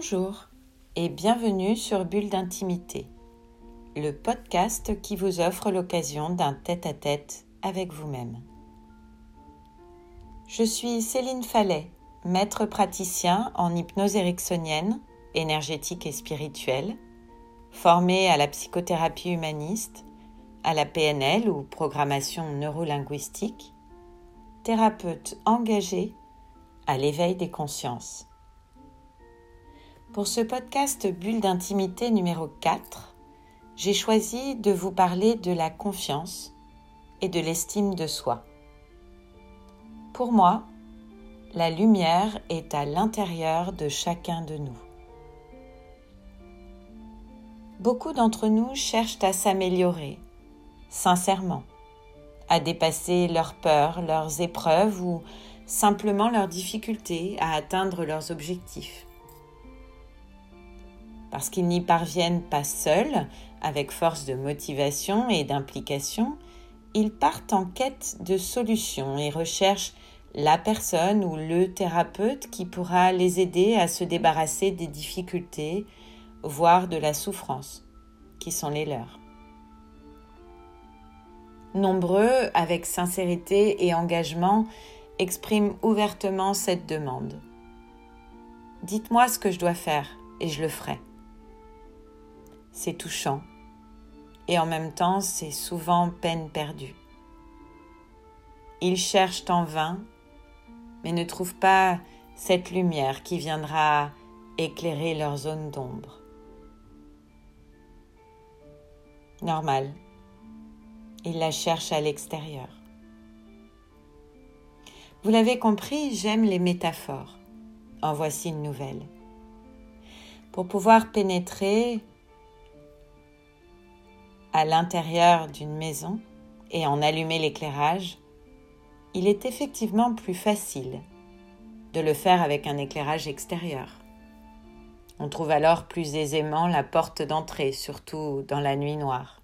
Bonjour et bienvenue sur Bulle d'intimité, le podcast qui vous offre l'occasion d'un tête-à-tête avec vous-même. Je suis Céline Fallet, maître praticien en hypnose ericksonienne, énergétique et spirituelle, formée à la psychothérapie humaniste, à la PNL ou programmation neurolinguistique, thérapeute engagée à l'éveil des consciences. Pour ce podcast Bulle d'intimité numéro 4, j'ai choisi de vous parler de la confiance et de l'estime de soi. Pour moi, la lumière est à l'intérieur de chacun de nous. Beaucoup d'entre nous cherchent à s'améliorer, sincèrement, à dépasser leurs peurs, leurs épreuves ou simplement leurs difficultés à atteindre leurs objectifs. Parce qu'ils n'y parviennent pas seuls, avec force de motivation et d'implication, ils partent en quête de solutions et recherchent la personne ou le thérapeute qui pourra les aider à se débarrasser des difficultés, voire de la souffrance, qui sont les leurs. Nombreux, avec sincérité et engagement, expriment ouvertement cette demande. Dites-moi ce que je dois faire et je le ferai. C'est touchant et en même temps c'est souvent peine perdue. Ils cherchent en vain, mais ne trouvent pas cette lumière qui viendra éclairer leur zone d'ombre. Normal, ils la cherchent à l'extérieur. Vous l'avez compris, j'aime les métaphores. En voici une nouvelle. Pour pouvoir pénétrer à l'intérieur d'une maison et en allumer l'éclairage, il est effectivement plus facile de le faire avec un éclairage extérieur. On trouve alors plus aisément la porte d'entrée, surtout dans la nuit noire.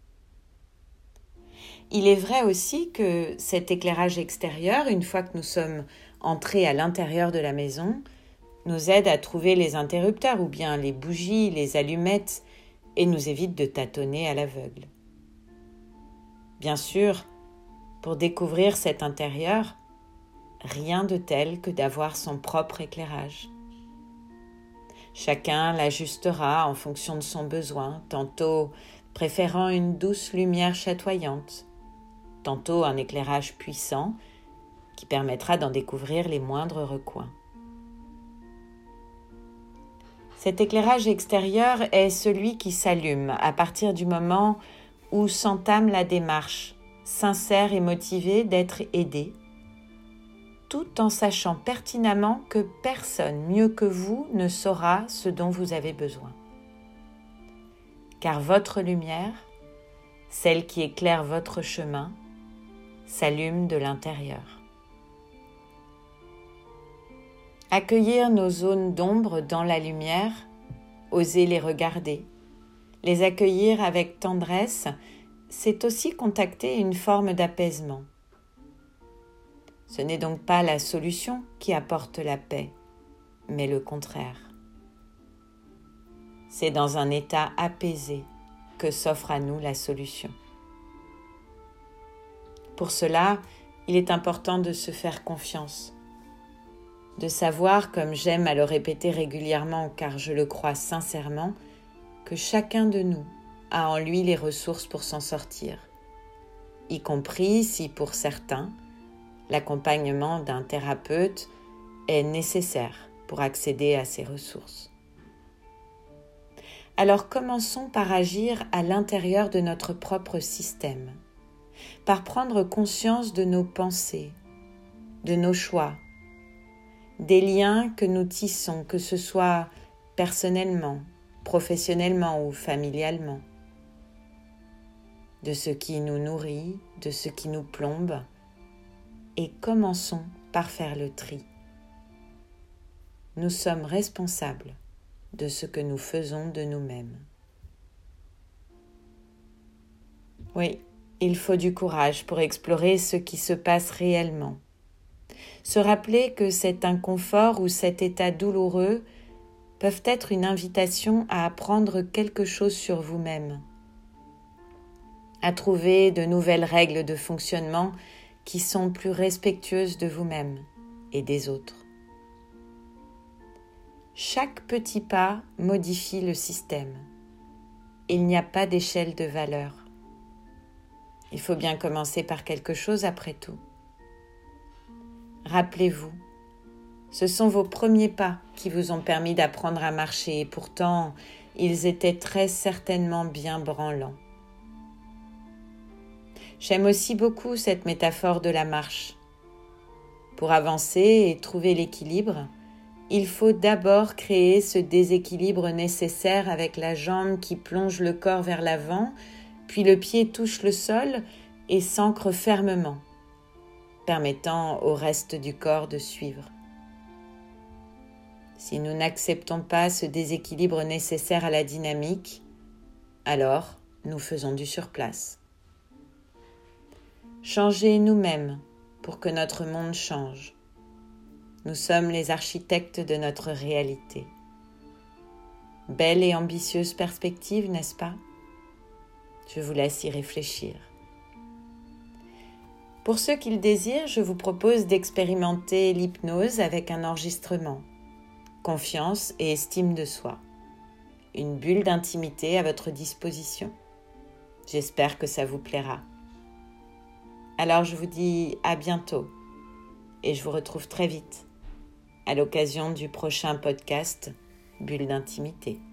Il est vrai aussi que cet éclairage extérieur, une fois que nous sommes entrés à l'intérieur de la maison, nous aide à trouver les interrupteurs ou bien les bougies, les allumettes, et nous évite de tâtonner à l'aveugle. Bien sûr, pour découvrir cet intérieur, rien de tel que d'avoir son propre éclairage. Chacun l'ajustera en fonction de son besoin, tantôt préférant une douce lumière chatoyante, tantôt un éclairage puissant qui permettra d'en découvrir les moindres recoins. Cet éclairage extérieur est celui qui s'allume à partir du moment où s'entame la démarche, sincère et motivée d'être aidé, tout en sachant pertinemment que personne mieux que vous ne saura ce dont vous avez besoin. Car votre lumière, celle qui éclaire votre chemin, s'allume de l'intérieur. Accueillir nos zones d'ombre dans la lumière, oser les regarder, les accueillir avec tendresse, c'est aussi contacter une forme d'apaisement. Ce n'est donc pas la solution qui apporte la paix, mais le contraire. C'est dans un état apaisé que s'offre à nous la solution. Pour cela, il est important de se faire confiance, de savoir, comme j'aime à le répéter régulièrement car je le crois sincèrement, que chacun de nous a en lui les ressources pour s'en sortir, y compris si pour certains, l'accompagnement d'un thérapeute est nécessaire pour accéder à ces ressources. Alors commençons par agir à l'intérieur de notre propre système, par prendre conscience de nos pensées, de nos choix, des liens que nous tissons, que ce soit personnellement, professionnellement ou familialement, de ce qui nous nourrit, de ce qui nous plombe, et commençons par faire le tri. Nous sommes responsables de ce que nous faisons de nous-mêmes. Oui, il faut du courage pour explorer ce qui se passe réellement. Se rappeler que cet inconfort ou cet état douloureux peuvent être une invitation à apprendre quelque chose sur vous-même, à trouver de nouvelles règles de fonctionnement qui sont plus respectueuses de vous-même et des autres. Chaque petit pas modifie le système. Il n'y a pas d'échelle de valeur. Il faut bien commencer par quelque chose après tout. Rappelez-vous, ce sont vos premiers pas qui vous ont permis d'apprendre à marcher et pourtant, ils étaient très certainement bien branlants. J'aime aussi beaucoup cette métaphore de la marche. Pour avancer et trouver l'équilibre, il faut d'abord créer ce déséquilibre nécessaire avec la jambe qui plonge le corps vers l'avant, puis le pied touche le sol et s'ancre fermement, permettant au reste du corps de suivre. Si nous n'acceptons pas ce déséquilibre nécessaire à la dynamique, alors nous faisons du surplace. Changez nous-mêmes pour que notre monde change. Nous sommes les architectes de notre réalité. Belle et ambitieuse perspective, n'est-ce pas? Je vous laisse y réfléchir. Pour ceux qui le désirent, je vous propose d'expérimenter l'hypnose avec un enregistrement. Confiance et estime de soi. Une bulle d'intimité à votre disposition. J'espère que ça vous plaira. Alors je vous dis à bientôt et je vous retrouve très vite à l'occasion du prochain podcast Bulle d'intimité.